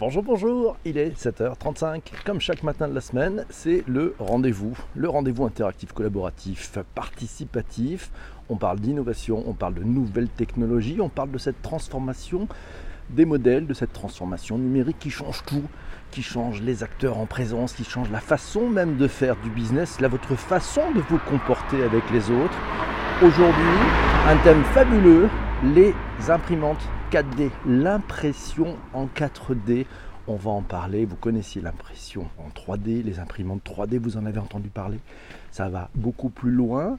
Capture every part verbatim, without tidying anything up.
Bonjour, bonjour, il est sept heures trente-cinq. Comme chaque matin de la semaine, c'est le rendez-vous. Le rendez-vous interactif, collaboratif, participatif. On parle d'innovation, on parle de nouvelles technologies, on parle de cette transformation des modèles, de cette transformation numérique qui change tout, qui change les acteurs en présence, qui change la façon même de faire du business, là, votre façon de vous comporter avec les autres. Aujourd'hui, un thème fabuleux, les imprimantes quatre D, l'impression en quatre D. On va en parler, vous connaissiez l'impression en trois D, les imprimantes trois D, vous en avez entendu parler. Ça va beaucoup plus loin.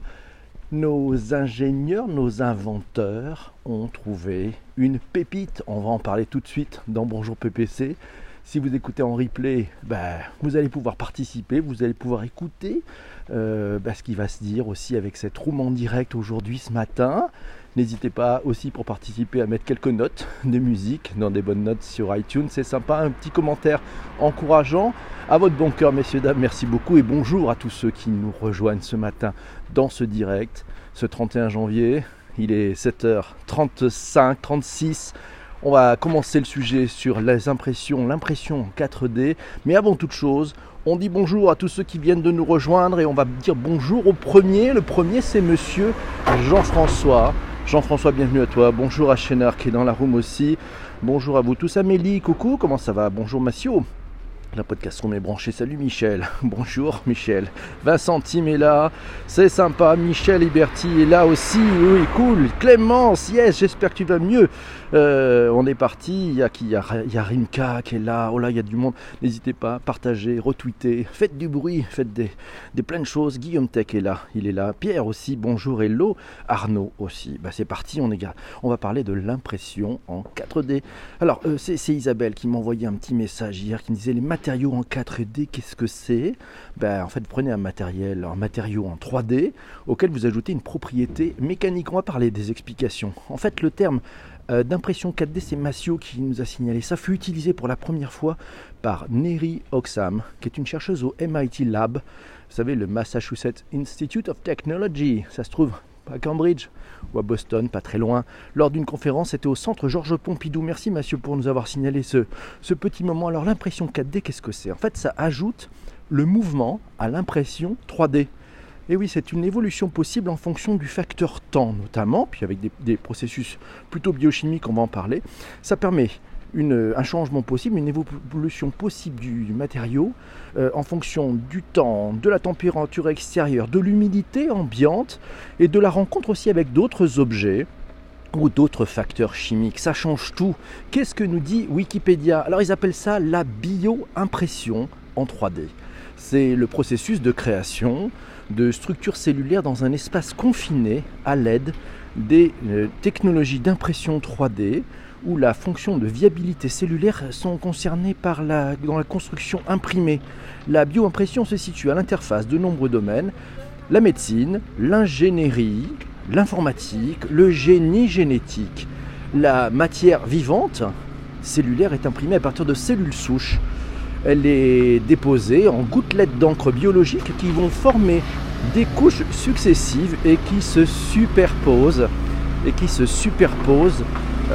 Nos ingénieurs, nos inventeurs ont trouvé une pépite. On va en parler tout de suite dans Bonjour P P C. Si vous écoutez en replay, ben, vous allez pouvoir participer, vous allez pouvoir écouter euh, ben, ce qui va se dire aussi avec cette room en direct aujourd'hui, ce matin. N'hésitez pas aussi pour participer à mettre quelques notes de musique, dans des bonnes notes sur iTunes. C'est sympa, un petit commentaire encourageant. À votre bon cœur, messieurs, dames, merci beaucoup. Et bonjour à tous ceux qui nous rejoignent ce matin dans ce direct, ce trente et un janvier. Il est sept heures trente-cinq, trente-six. On va commencer le sujet sur les impressions, l'impression en quatre D. Mais avant toute chose, on dit bonjour à tous ceux qui viennent de nous rejoindre et on va dire bonjour au premier. Le premier, c'est monsieur Jean-François. Jean-François, bienvenue à toi. Bonjour à Chénard qui est dans la room aussi. Bonjour à vous tous. Amélie, coucou, comment ça va? Bonjour Massio. La podcast room est branchée. Salut Michel. Bonjour Michel. Vincent Tim est là. C'est sympa. Michel Héberti est là aussi. Oui, cool. Clémence, yes, j'espère que tu vas mieux. Euh, on est parti. Il y a qui? Il y a, il y a Rimka qui est là. Oh là, il y a du monde. N'hésitez pas, partagez, retweetez. Faites du bruit. Faites des, des plein de choses. Guillaume Tech est là. Il est là. Pierre aussi. Bonjour. Hello. Arnaud aussi. Bah, c'est parti. On est gars. On va parler de l'impression en quatre D. Alors, euh, c'est, c'est Isabelle qui m'a envoyé un petit message hier qui me disait les matériaux en quatre D, qu'est-ce que c'est? Ben, en fait, vous prenez un matériel, un matériau en trois D auquel vous ajoutez une propriété mécanique. On va parler des explications. En fait, le terme euh, d'impression quatre D, c'est Massio qui nous a signalé. Ça fut utilisé pour la première fois par Neri Oxam, qui est une chercheuse au M I T Lab. Vous savez, le Massachusetts Institute of Technology. Ça se trouve à Cambridge ou à Boston, pas très loin, lors d'une conférence. C'était au centre Georges Pompidou. Merci Mathieu pour nous avoir signalé ce, ce petit moment. Alors l'impression quatre D, qu'est-ce que c'est? En fait, ça ajoute le mouvement à l'impression trois D. Et oui, c'est une évolution possible en fonction du facteur temps notamment, puis avec des, des processus plutôt biochimiques, on va en parler. Ça permet Une, un changement possible, une évolution possible du, du matériau euh, en fonction du temps, de la température extérieure, de l'humidité ambiante et de la rencontre aussi avec d'autres objets ou d'autres facteurs chimiques. Ça change tout. Qu'est-ce que nous dit Wikipédia? Alors ils appellent ça la bio-impression en trois D. C'est le processus de création de structures cellulaires dans un espace confiné à l'aide des euh, technologies d'impression trois D où la fonction de viabilité cellulaire sont concernées par la, dans la construction imprimée. La bioimpression se situe à l'interface de nombreux domaines, la médecine, l'ingénierie, l'informatique, le génie génétique. La matière vivante cellulaire est imprimée à partir de cellules souches. Elle est déposée en gouttelettes d'encre biologique qui vont former des couches successives et qui se superposent et qui se superposent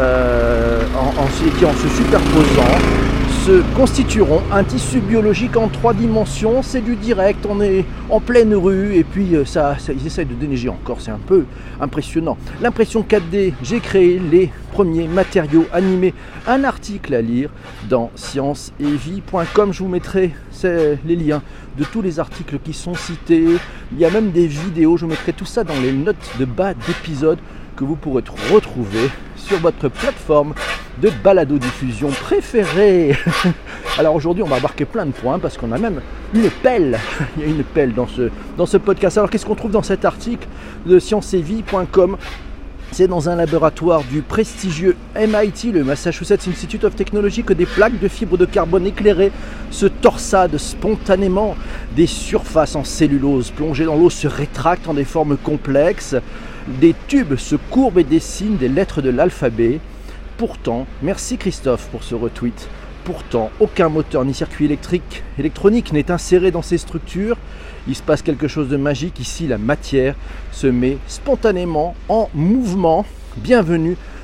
Euh, en, en, et qui en se superposant se constitueront un tissu biologique en trois dimensions. C'est du direct, on est en pleine rue et puis ça, ça ils essayent de déneiger encore, c'est un peu impressionnant. L'impression quatre D, j'ai créé les premiers matériaux animés. Un article à lire dans science et vie point com, je vous mettrai les liens de tous les articles qui sont cités. Il y a même des vidéos, je vous mettrai tout ça dans les notes de bas d'épisode que vous pourrez retrouver sur votre plateforme de balado-diffusion préférée. Alors aujourd'hui, on va embarquer plein de points parce qu'on a même une pelle. Il y a une pelle dans ce, dans ce podcast. Alors qu'est-ce qu'on trouve dans cet article de science et vie point com? C'est dans un laboratoire du prestigieux M I T, le Massachusetts Institute of Technology, que des plaques de fibres de carbone éclairées se torsadent spontanément. Des surfaces en cellulose plongées dans l'eau se rétractent en des formes complexes. Des tubes se courbent et dessinent des lettres de l'alphabet. Pourtant, merci Christophe pour ce retweet, pourtant aucun moteur ni circuit électrique, électronique n'est inséré dans ces structures. Il se passe quelque chose de magique ici, la matière se met spontanément en mouvement. Bienvenue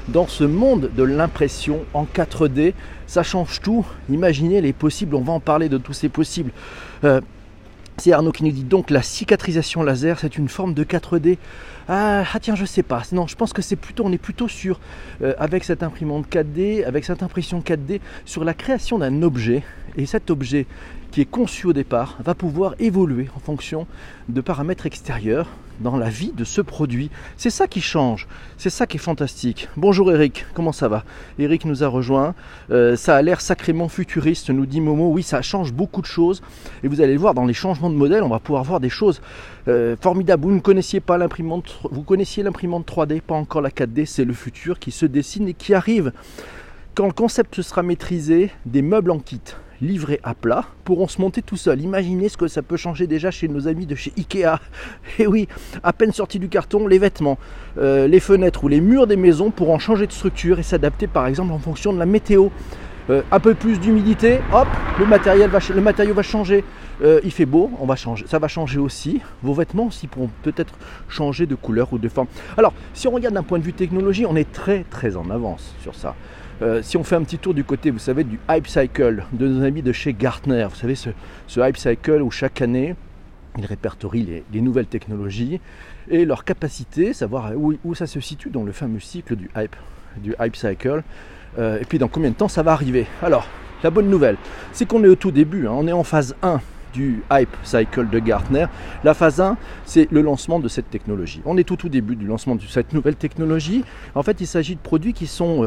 dans ce monde de l'impression en quatre D. Ça change tout. Imaginez les possibles, on va en parler de tous ces possibles. Euh, c'est Arnaud qui nous dit donc la cicatrisation laser, c'est une forme de quatre D. Ah, ah tiens, je sais pas. Non, je pense que c'est plutôt, on est plutôt sur, euh, avec cette imprimante quatre D, avec cette impression quatre D, sur la création d'un objet. Et cet objet qui est conçu au départ va pouvoir évoluer en fonction de paramètres extérieurs dans la vie de ce produit. C'est ça qui change, c'est ça qui est fantastique. Bonjour Eric, comment ça va? Eric nous a rejoint, euh, ça a l'air sacrément futuriste, nous dit Momo. Oui, ça change beaucoup de choses et vous allez le voir dans les changements de modèle, on va pouvoir voir des choses euh, formidables. Vous ne connaissiez pas l'imprimante, vous connaissiez l'imprimante trois D, pas encore la quatre D, c'est le futur qui se dessine et qui arrive. Quand le concept sera maîtrisé, des meubles en kit livrés à plat pourront se monter tout seuls. Imaginez ce que ça peut changer déjà chez nos amis de chez Ikea. Et oui, à peine sortis du carton, les vêtements, euh, les fenêtres ou les murs des maisons pourront changer de structure et s'adapter par exemple en fonction de la météo. Euh, un peu plus d'humidité, hop, le matériel va, le matériau va changer. Euh, il fait beau, on va changer, ça va changer aussi. Vos vêtements aussi pourront peut-être changer de couleur ou de forme. Alors, si on regarde d'un point de vue technologie, on est très très en avance sur ça. Euh, si on fait un petit tour du côté, vous savez, du Hype Cycle de nos amis de chez Gartner, vous savez, ce, ce Hype Cycle où chaque année, ils répertorient les, les nouvelles technologies et leur capacité, savoir où, où ça se situe dans le fameux cycle du Hype, du Hype Cycle, euh, et puis dans combien de temps ça va arriver. Alors, la bonne nouvelle, c'est qu'on est au tout début, hein, on est en phase un du Hype Cycle de Gartner. La phase un, c'est le lancement de cette technologie. On est tout au début du lancement de cette nouvelle technologie. En fait, il s'agit de produits qui sont... Euh,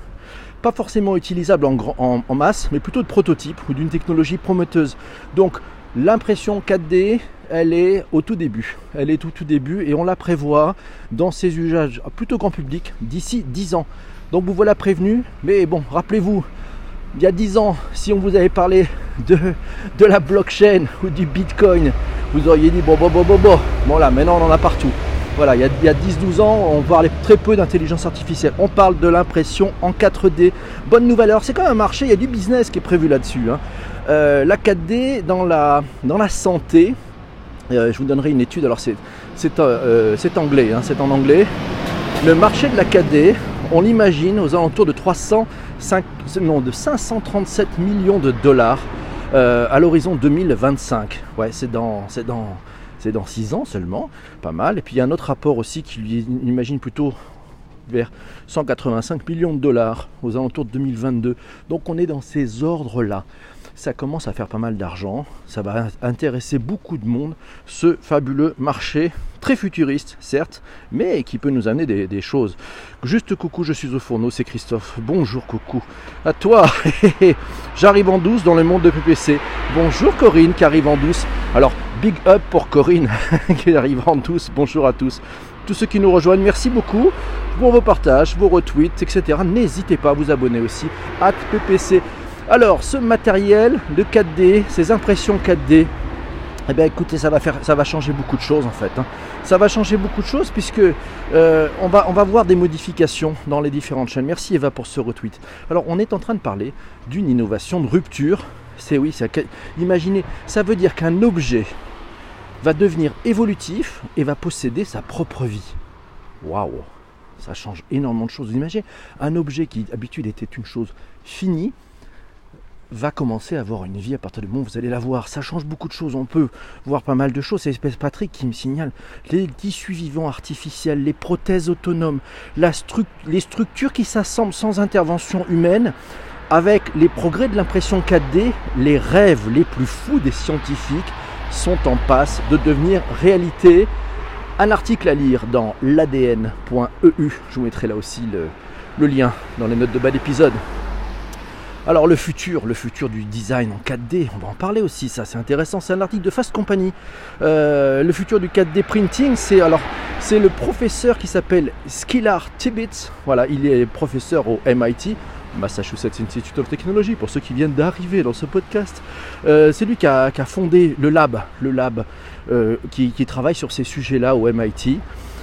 pas forcément utilisable en, grand, en, en masse, mais plutôt de prototypes ou d'une technologie prometteuse. Donc l'impression quatre D, elle est au tout début. Elle est au tout début et on la prévoit dans ses usages plutôt grand public d'ici dix ans. Donc vous voilà prévenu, mais bon, rappelez-vous, il y a dix ans, si on vous avait parlé de, de la blockchain ou du bitcoin, vous auriez dit bon, bon, bon, bon, bon. Bon là, maintenant on en a partout. Voilà, il y a, il y a dix douze ans, on parlait très peu d'intelligence artificielle. On parle de l'impression en quatre D. Bonne nouvelle, alors c'est quand même un marché, il y a du business qui est prévu là-dessus. Hein. Euh, la quatre D dans la, dans la santé, euh, je vous donnerai une étude, alors c'est, c'est, euh, c'est anglais, hein, c'est en anglais. Le marché de la quatre D, on l'imagine aux alentours de, trois cent cinq, non, de cinq cent trente-sept millions de dollars euh, à l'horizon deux mille vingt-cinq. Ouais, c'est dans... C'est dans C'est dans six ans seulement, pas mal. Et puis il y a un autre rapport aussi qui lui imagine plutôt vers cent quatre-vingt-cinq millions de dollars aux alentours de deux mille vingt-deux. Donc on est dans ces ordres-là. Ça commence à faire pas mal d'argent, ça va intéresser beaucoup de monde, ce fabuleux marché, très futuriste certes, mais qui peut nous amener des, des choses. Juste coucou, je suis au fourneau, c'est Christophe. Bonjour coucou, à toi, j'arrive en douce dans le monde de P P C. Bonjour Corinne qui arrive en douce. Alors, big up pour Corinne qui arrive en douce, bonjour à tous. Tous ceux qui nous rejoignent, merci beaucoup pour vos partages, vos retweets, et cetera. N'hésitez pas à vous abonner aussi à P P C. Alors, ce matériel de quatre D, ces impressions quatre D, eh bien écoutez, ça va faire, ça va changer beaucoup de choses en fait. Hein. Ça va changer beaucoup de choses puisque euh, on va, on va voir des modifications dans les différentes chaînes. Merci Eva pour ce retweet. Alors, on est en train de parler d'une innovation de rupture. C'est oui, c'est, imaginez, ça veut dire qu'un objet va devenir évolutif et va posséder sa propre vie. Waouh, ça change énormément de choses. Vous imaginez, un objet qui d'habitude était une chose finie va commencer à avoir une vie à partir du moment où vous allez la voir. Ça change beaucoup de choses, on peut voir pas mal de choses. C'est l'espèce Patrick qui me signale les tissus vivants artificiels, les prothèses autonomes, la stru- les structures qui s'assemblent sans intervention humaine. Avec les progrès de l'impression quatre D, les rêves les plus fous des scientifiques sont en passe de devenir réalité. Un article à lire dans l'A D N point E U, je vous mettrai là aussi le, le lien dans les notes de bas d'épisode. Alors le futur, le futur du design en quatre D, on va en parler aussi, ça c'est intéressant, c'est un article de Fast Company. Euh, le futur du quatre D printing, c'est alors c'est le professeur qui s'appelle Skylar Tibbetts, voilà, il est professeur au M I T, Massachusetts Institute of Technology, pour ceux qui viennent d'arriver dans ce podcast. Euh, c'est lui qui a, qui a fondé le lab, le lab euh, qui, qui travaille sur ces sujets-là au M I T.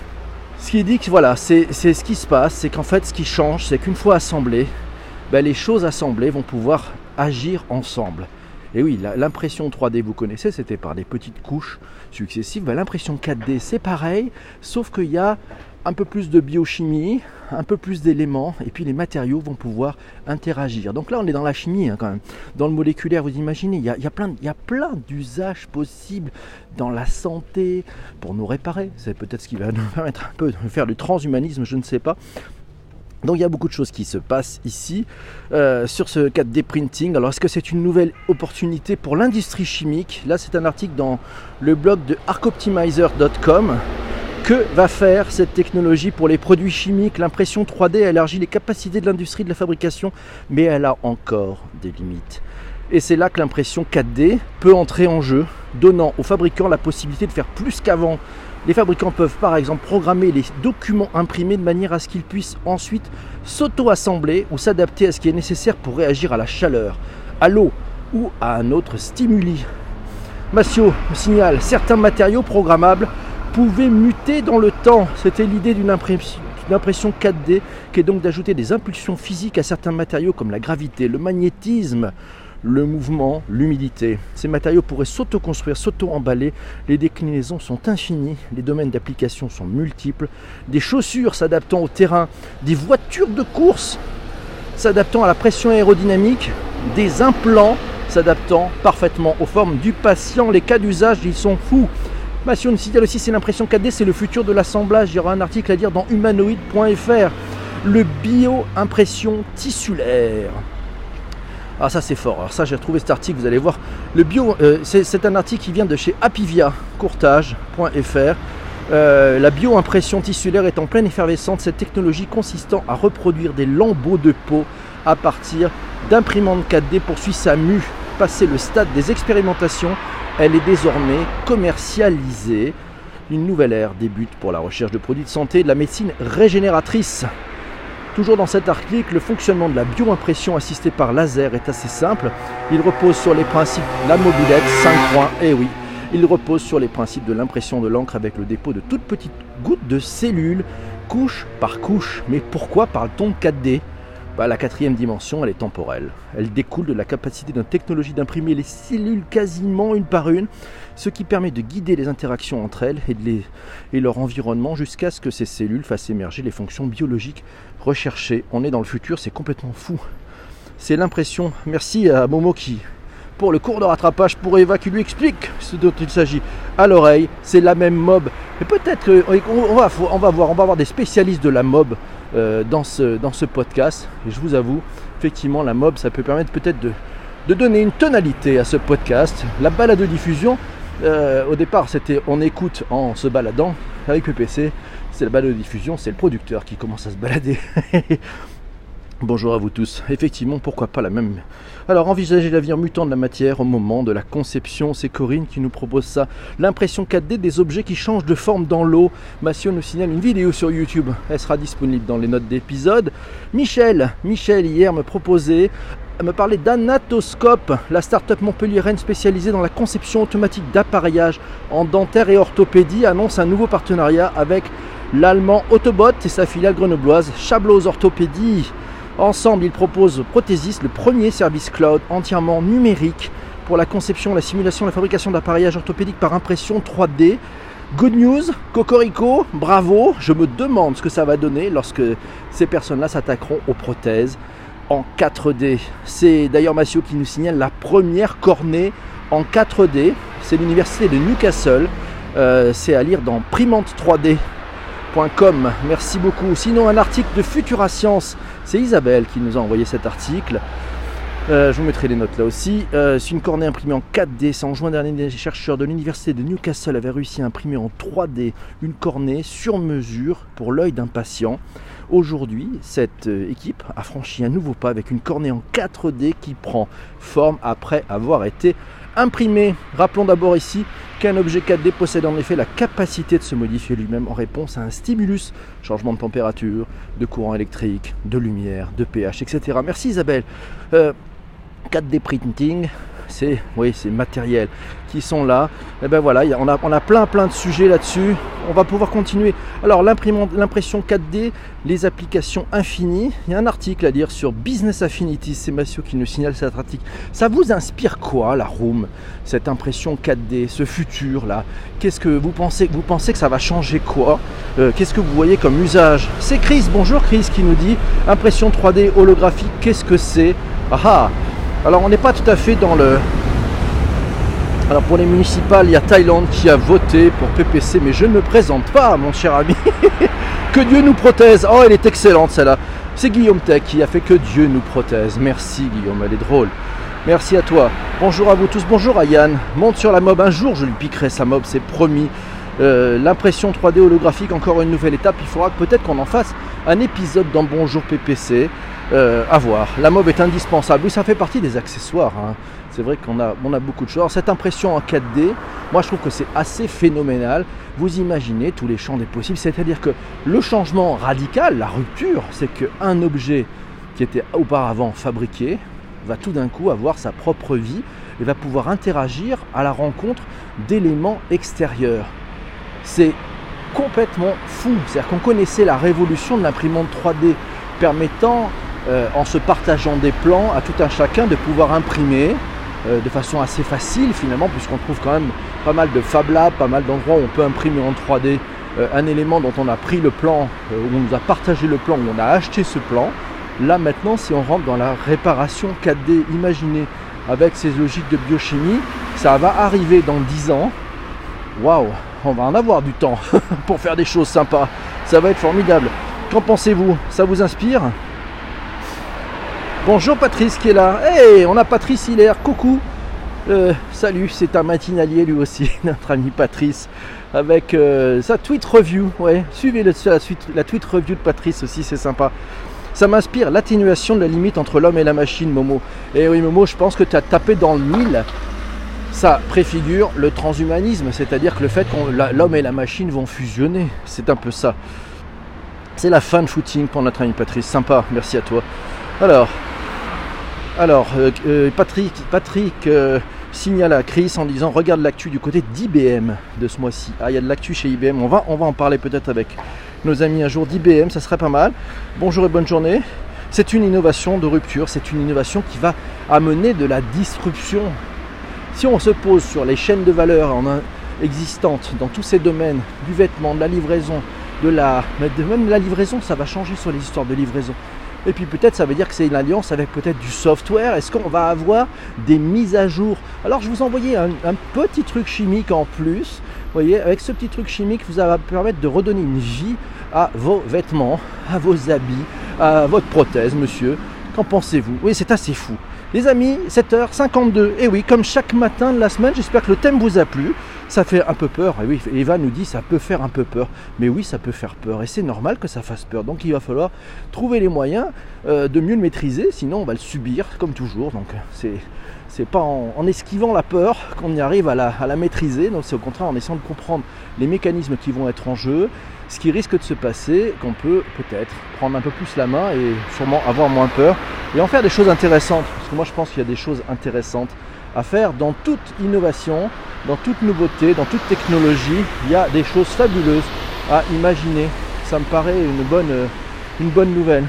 Ce qui dit que voilà, c'est, c'est ce qui se passe, c'est qu'en fait ce qui change, c'est qu'une fois assemblé, ben, les choses assemblées vont pouvoir agir ensemble. Et oui, la, l'impression trois D, vous connaissez, c'était par des petites couches successives. Ben, l'impression quatre D, c'est pareil, sauf qu'il y a un peu plus de biochimie, un peu plus d'éléments, et puis les matériaux vont pouvoir interagir. Donc là, on est dans la chimie hein, quand même. Dans le moléculaire, vous imaginez, il y a, il y a plein, il y a plein d'usages possibles dans la santé, pour nous réparer. C'est peut-être ce qui va nous permettre un peu de faire du transhumanisme, je ne sais pas. Donc il y a beaucoup de choses qui se passent ici euh, sur ce quatre D printing. Alors est-ce que c'est une nouvelle opportunité pour l'industrie chimique? Là c'est un article dans le blog de arc optimizer point com. Que va faire cette technologie pour les produits chimiques? L'impression trois D élargit les capacités de l'industrie de la fabrication, mais elle a encore des limites. Et c'est là que l'impression quatre D peut entrer en jeu, donnant aux fabricants la possibilité de faire plus qu'avant. Les fabricants peuvent par exemple programmer les documents imprimés de manière à ce qu'ils puissent ensuite s'auto-assembler ou s'adapter à ce qui est nécessaire pour réagir à la chaleur, à l'eau ou à un autre stimuli. Massio me signale, certains matériaux programmables pouvaient muter dans le temps. C'était l'idée d'une impression, d'une impression quatre D, qui est donc d'ajouter des impulsions physiques à certains matériaux comme la gravité, le magnétisme, le mouvement, l'humidité. Ces matériaux pourraient s'auto-construire, s'auto-emballer. Les déclinaisons sont infinies, les domaines d'application sont multiples. Des chaussures s'adaptant au terrain, des voitures de course s'adaptant à la pression aérodynamique, des implants s'adaptant parfaitement aux formes du patient. Les cas d'usage, ils sont fous. Massio nous signale aussi, c'est l'impression quatre D, c'est le futur de l'assemblage. Il y aura un article à lire dans humanoid point f r. Le bio-impression tissulaire. Ah ça c'est fort, alors ça j'ai retrouvé cet article, vous allez voir. Le bio, euh, c'est, c'est un article qui vient de chez apivia courtage point f r. Euh, la bio-impression tissulaire est en pleine effervescence. Cette technologie consistant à reproduire des lambeaux de peau à partir d'imprimantes quatre D poursuit sa mue. Passé le stade des expérimentations, elle est désormais commercialisée. Une nouvelle ère débute pour la recherche de produits de santé et de la médecine régénératrice. Toujours dans cet article, le fonctionnement de la bio-impression assistée par laser est assez simple. Il repose sur les principes de la mobilette, cinq points, et oui, il repose sur les principes de l'impression de l'encre avec le dépôt de toutes petites gouttes de cellules, couche par couche. Mais pourquoi parle-t-on de quatre D ? Bah, la quatrième dimension, elle est temporelle. Elle découle de la capacité d'une technologie d'imprimer les cellules quasiment une par une, ce qui permet de guider les interactions entre elles et, de les, et leur environnement jusqu'à ce que ces cellules fassent émerger les fonctions biologiques recherchées. On est dans le futur, c'est complètement fou. C'est l'impression. Merci à Momo qui, pour le cours de rattrapage pour Eva, qui lui explique ce dont il s'agit à l'oreille. C'est la même mob. Et peut-être qu'on va, on va voir, on va avoir des spécialistes de la mob euh, dans, ce, dans ce podcast. Et je vous avoue, effectivement, la mob, ça peut permettre peut-être de, de donner une tonalité à ce podcast. La balado-diffusion, euh, au départ, c'était on écoute en se baladant avec P P C. C'est la balado-diffusion, c'est le producteur qui commence à se balader. Bonjour à vous tous. Effectivement, pourquoi pas la même. Alors, envisager l'avenir mutant de la matière au moment de la conception. C'est Corinne qui nous propose ça. L'impression quatre D des objets qui changent de forme dans l'eau. Massio nous signale une vidéo sur YouTube. Elle sera disponible dans les notes d'épisode. Michel, Michel hier me proposait, me parlait d'Anatoscope, la start-up montpelliéraine spécialisée dans la conception automatique d'appareillage en dentaire et orthopédie, annonce un nouveau partenariat avec l'allemand Autobot et sa filiale grenobloise Chablos Orthopédie. Ensemble, ils proposent aux prothésistes le premier service cloud entièrement numérique pour la conception, la simulation et la fabrication d'appareillages orthopédiques par impression trois D. Good news, cocorico, bravo. Je me demande ce que ça va donner lorsque ces personnes-là s'attaqueront aux prothèses en quatre D. C'est d'ailleurs Massio qui nous signale la première cornée en quatre D. C'est l'université de Newcastle. Euh, c'est à lire dans primante trois D point com. Merci beaucoup. Sinon, un article de Futura Science. C'est Isabelle qui nous a envoyé cet article. Euh, je vous mettrai les notes là aussi. Euh, c'est une cornée imprimée en quatre D. C'est en juin dernier, les chercheurs de l'université de Newcastle avaient réussi à imprimer en trois D une cornée sur mesure pour l'œil d'un patient. Aujourd'hui, cette équipe a franchi un nouveau pas avec une cornée en quatre D qui prend forme après avoir été imprimée. Rappelons d'abord ici qu'un objet quatre D possède en effet la capacité de se modifier lui-même en réponse à un stimulus, changement de température, de courant électrique, de lumière, de pH, et cetera. Merci Isabelle. Euh, quatre D printing, c'est oui, c'est matériel qui sont là. Et ben voilà, on a, on a plein plein de sujets là-dessus. On va pouvoir continuer. Alors l'impression quatre D, les applications infinies. Il y a un article à lire sur Business Affinities. C'est Massio qui nous signale cet article. Ça vous inspire quoi, la room, cette impression quatre D, ce futur là? Qu'est-ce que vous pensez? Vous pensez que ça va changer quoi? euh, Qu'est-ce que vous voyez comme usage? C'est Chris. Bonjour Chris qui nous dit impression trois D holographique. Qu'est-ce que c'est? Ah ah. Alors on n'est pas tout à fait dans le... Alors pour les municipales, il y a Thaïlande qui a voté pour P P C, mais je ne me présente pas, mon cher ami. Que Dieu nous protège. Oh, elle est excellente celle-là. C'est Guillaume Tech qui a fait que Dieu nous protège. Merci Guillaume, elle est drôle. Merci à toi. Bonjour à vous tous. Bonjour à Yann. Monte sur la mob. Un jour, je lui piquerai sa mob, c'est promis. Euh, l'impression trois D holographique, encore une nouvelle étape. Il faudra peut-être qu'on en fasse un épisode dans Bonjour P P C. Euh, à voir. La mob est indispensable. Oui, ça fait partie des accessoires. Hein. C'est vrai qu'on a, on a beaucoup de choses. Alors, cette impression en quatre D, moi je trouve que c'est assez phénoménal. Vous imaginez tous les champs des possibles. C'est-à-dire que le changement radical, la rupture, c'est qu'un objet qui était auparavant fabriqué va tout d'un coup avoir sa propre vie et va pouvoir interagir à la rencontre d'éléments extérieurs. C'est complètement fou. C'est-à-dire qu'on connaissait la révolution de l'imprimante trois D permettant, euh, en se partageant des plans, à tout un chacun de pouvoir imprimer euh, de façon assez facile finalement, puisqu'on trouve quand même pas mal de Fab Labs, pas mal d'endroits où on peut imprimer en trois D euh, un élément dont on a pris le plan, euh, où on nous a partagé le plan, où on a acheté ce plan. Là maintenant, si on rentre dans la réparation quatre D, imaginez avec ces logiques de biochimie, ça va arriver dans dix ans. Waouh, on va en avoir du temps pour faire des choses sympas. Ça va être formidable. Qu'en pensez-vous? Ça vous inspire? Bonjour Patrice qui est là. Hey, on a Patrice Hilaire. Coucou. Euh, salut, c'est un matinalier lui aussi, notre ami Patrice, avec euh, sa tweet review. Ouais, suivez le, la, suite, la tweet review de Patrice aussi, c'est sympa. Ça m'inspire l'atténuation de la limite entre l'homme et la machine, Momo. Et oui, Momo, je pense que tu as tapé dans le mille. Ça préfigure le transhumanisme, c'est-à-dire que le fait que l'homme et la machine vont fusionner. C'est un peu ça. C'est la fin de footing pour notre ami Patrice. Sympa, merci à toi. Alors, alors euh, Patrick, Patrick euh, signale à Chris en disant regarde l'actu du côté d'I B M de ce mois-ci. Ah, il y a de l'actu chez I B M. On va, on va en parler peut-être avec nos amis un jour d'I B M, ça serait pas mal. Bonjour et bonne journée. C'est une innovation de rupture, c'est une innovation qui va amener de la disruption. Si on se pose sur les chaînes de valeur existantes dans tous ces domaines, du vêtement, de la livraison, de la, même la livraison, ça va changer sur les histoires de livraison. Et puis peut-être ça veut dire que c'est une alliance avec peut-être du software. Est-ce qu'on va avoir des mises à jour? Alors je vous envoyais un, un petit truc chimique en plus. Vous voyez, avec ce petit truc chimique, vous va permettre de redonner une vie à vos vêtements, à vos habits, à votre prothèse, monsieur. Qu'en pensez-vous? Oui, c'est assez fou. Les amis, sept heures cinquante-deux. Et oui, comme chaque matin de la semaine, j'espère que le thème vous a plu. Ça fait un peu peur. Et oui, Eva nous dit ça peut faire un peu peur. Mais oui, ça peut faire peur. Et c'est normal que ça fasse peur. Donc il va falloir trouver les moyens euh, de mieux le maîtriser. Sinon, on va le subir comme toujours. Donc c'est... C'est pas en, en esquivant la peur qu'on y arrive à la, à la maîtriser. Donc c'est au contraire en essayant de comprendre les mécanismes qui vont être en jeu, ce qui risque de se passer, qu'on peut peut-être prendre un peu plus la main et sûrement avoir moins peur et en faire des choses intéressantes. Parce que moi je pense qu'il y a des choses intéressantes à faire dans toute innovation, dans toute nouveauté, dans toute technologie. Il y a des choses fabuleuses à imaginer. Ça me paraît une bonne, une bonne nouvelle.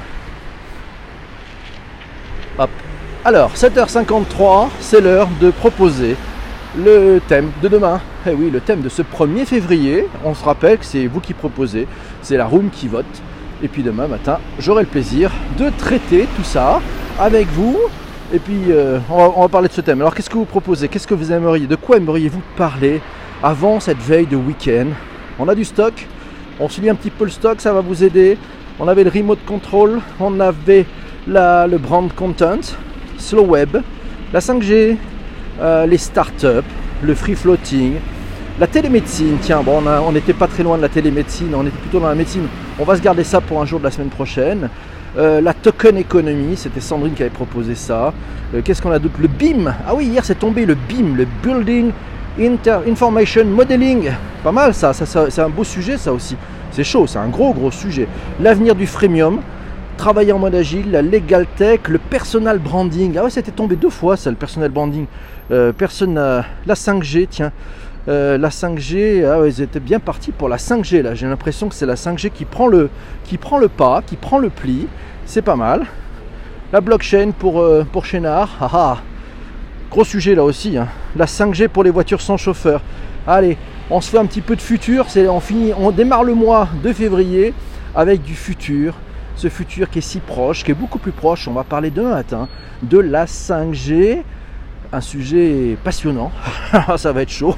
Hop. Alors, sept heures cinquante-trois, c'est l'heure de proposer le thème de demain. Eh oui, le thème de ce premier février. On se rappelle que c'est vous qui proposez, c'est la room qui vote. Et puis demain matin, j'aurai le plaisir de traiter tout ça avec vous. Et puis, euh, on, va, on va parler de ce thème. Alors, qu'est-ce que vous proposez? Qu'est-ce que vous aimeriez? De quoi aimeriez-vous parler avant cette veille de week-end? On a du stock. On se lit un petit peu le stock, ça va vous aider. On avait le remote control. On avait la, le brand content. Slow Web, la cinq G, euh, les startups, le free floating, la télémédecine. Tiens, bon, on n'était pas très loin de la télémédecine, on était plutôt dans la médecine. On va se garder ça pour un jour de la semaine prochaine. Euh, la token economy, c'était Sandrine qui avait proposé ça. Euh, Qu'est-ce qu'on a d'autre? Le B I M. Ah oui, hier c'est tombé le B I M, le Building Inter Information Modeling. Pas mal ça, ça, ça c'est un beau sujet ça aussi. C'est chaud, c'est un gros gros sujet. L'avenir du freemium. travailler en mode agile, la legal tech, le personal branding. Ah ouais, c'était tombé deux fois ça, le personal branding. Euh, personne n'a... La cinq G, tiens. Euh, la cinq G, ah ouais, ils étaient bien partis pour la cinq G là. J'ai l'impression que c'est la cinq G qui prend le, qui prend le pas, qui prend le pli. C'est pas mal. La blockchain pour, euh, pour Chénard. Ah, ah. Gros sujet là aussi. Hein. La cinq G pour les voitures sans chauffeur. Allez, on se fait un petit peu de futur. C'est, on, finit, on démarre le mois de février avec du futur. Ce futur qui est si proche, qui est beaucoup plus proche. On va parler demain matin de la cinq G. Un sujet passionnant, ça va être chaud.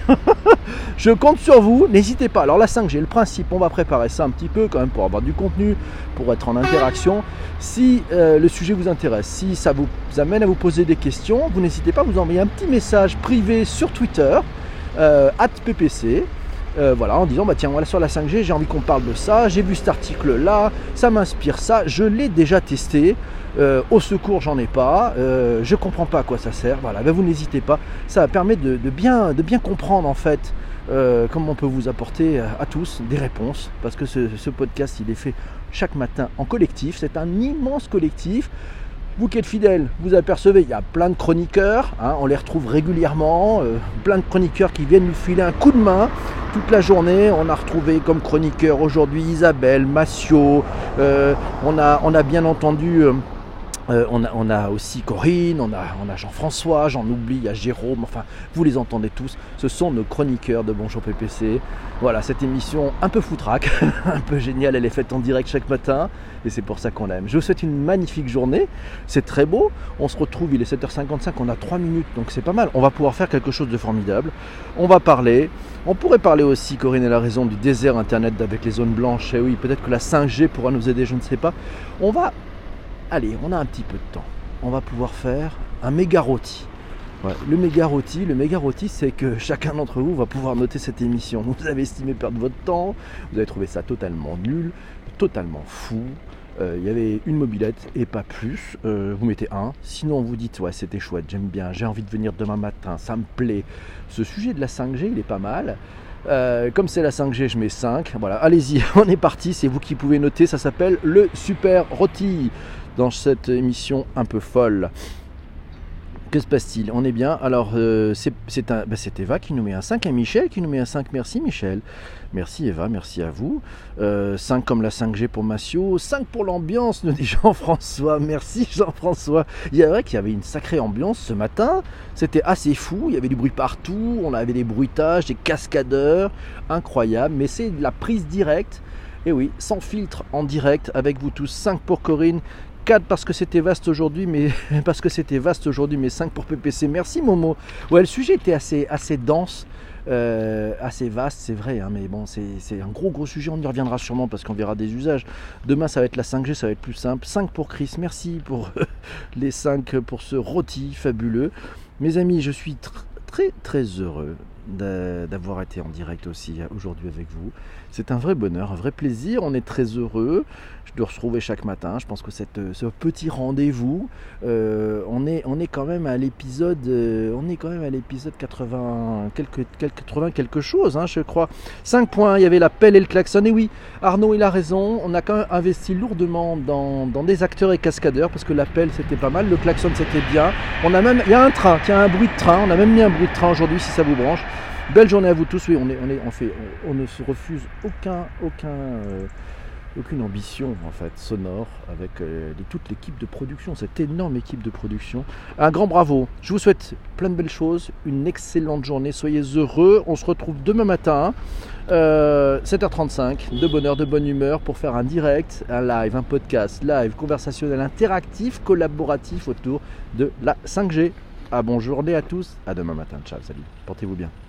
Je compte sur vous, n'hésitez pas. Alors la cinq G, le principe, on va préparer ça un petit peu quand même pour avoir du contenu, pour être en interaction. Si euh, le sujet vous intéresse, si ça vous amène à vous poser des questions, vous n'hésitez pas à vous envoyer un petit message privé sur Twitter, euh, arobase P P C. Euh, voilà, en disant bah tiens voilà sur la cinq G j'ai envie qu'on parle de ça, j'ai vu cet article là, ça m'inspire ça, je l'ai déjà testé, euh, au secours j'en ai pas, euh, je comprends pas à quoi ça sert, voilà, ben, vous n'hésitez pas, ça permet de, de, bien, de bien comprendre en fait euh, comment on peut vous apporter à, à tous des réponses, parce que ce, ce podcast il est fait chaque matin en collectif, c'est un immense collectif. Vous qui êtes fidèles, vous apercevez, il y a plein de chroniqueurs, hein, on les retrouve régulièrement, euh, plein de chroniqueurs qui viennent nous filer un coup de main toute la journée. On a retrouvé comme chroniqueur aujourd'hui Isabelle, Massiot, euh, on, a, on a bien entendu, euh, euh, on, a, on a aussi Corinne, on a, on a Jean-François, j'en oublie, il y a Jérôme, enfin vous les entendez tous, ce sont nos chroniqueurs de Bonjour P P C. Voilà, cette émission un peu foutraque, un peu géniale, elle est faite en direct chaque matin. Et c'est pour ça qu'on l'aime. Je vous souhaite une magnifique journée. C'est très beau. On se retrouve, il est sept heures cinquante-cinq, on a trois minutes, donc c'est pas mal. On va pouvoir faire quelque chose de formidable. On va parler. On pourrait parler aussi, Corinne elle a raison, du désert internet avec les zones blanches. Et oui, peut-être que la cinq G pourra nous aider, je ne sais pas. On va... Allez, on a un petit peu de temps. On va pouvoir faire un méga rôti. Ouais, le méga rôti, le méga rôti, c'est que chacun d'entre vous va pouvoir noter cette émission. Vous avez estimé perdre votre temps, vous avez trouvé ça totalement nul, totalement fou. Euh, il y avait une mobilette et pas plus, euh, vous mettez un, sinon vous dites ouais c'était chouette, j'aime bien, j'ai envie de venir demain matin, ça me plaît. Ce sujet de la cinq G il est pas mal, euh, comme c'est la cinq G je mets cinq, voilà, allez-y, on est parti, c'est vous qui pouvez noter, ça s'appelle le Super Rôti dans cette émission un peu folle. Que se passe-t-il? On est bien. Alors, euh, c'est, c'est, un, bah, c'est Eva qui nous met un cinq et Michel qui nous met un cinq. Merci Michel. Merci Eva, merci à vous. Euh, cinq comme la cinq G pour Massiot. cinq pour l'ambiance, nous dit Jean-François. Merci Jean-François. Il y a vrai qu'il y avait une sacrée ambiance ce matin. C'était assez fou. Il y avait du bruit partout. On avait des bruitages, des cascadeurs. Incroyable. Mais c'est de la prise directe. Et oui, sans filtre en direct avec vous tous. cinq pour Corinne. quatre parce que c'était vaste aujourd'hui, mais parce que c'était vaste aujourd'hui, mais cinq pour P P C. Merci Momo. Ouais, le sujet était assez, assez dense, euh, assez vaste, c'est vrai, hein, mais bon, c'est, c'est un gros gros sujet. On y reviendra sûrement parce qu'on verra des usages. Demain, ça va être la cinq G, ça va être plus simple. cinq pour Chris, merci pour les cinq pour ce rôti fabuleux. Mes amis, je suis tr- très très heureux d'avoir été en direct aussi aujourd'hui avec vous. C'est un vrai bonheur, un vrai plaisir. On est très heureux de retrouver chaque matin. Je pense que cette, ce petit rendez-vous, euh, on est on est quand même à l'épisode, euh, on est quand même à l'épisode quatre-vingts quelque quatre-vingts quelque chose, hein, je crois. cinq points. Il y avait la pelle et le klaxon. Et oui, Arnaud il a raison. On a quand même investi lourdement dans, dans des acteurs et cascadeurs parce que la pelle c'était pas mal, le klaxon c'était bien. On a même, il y a un train, il y a un bruit de train. On a même mis un bruit de train aujourd'hui si ça vous branche. Belle journée à vous tous. Oui, on est, on est, on fait, on, on ne se refuse aucun, aucun, euh, aucune ambition en fait sonore avec euh, les, toute l'équipe de production, cette énorme équipe de production. Un grand bravo. Je vous souhaite plein de belles choses, une excellente journée. Soyez heureux. On se retrouve demain matin, euh, sept heures trente-cinq, de bonne heure, de bonne humeur pour faire un direct, un live, un podcast, live, conversationnel, interactif, collaboratif autour de la cinq G. Ah, bonne journée à tous. À demain matin. Ciao, salut. Portez-vous bien.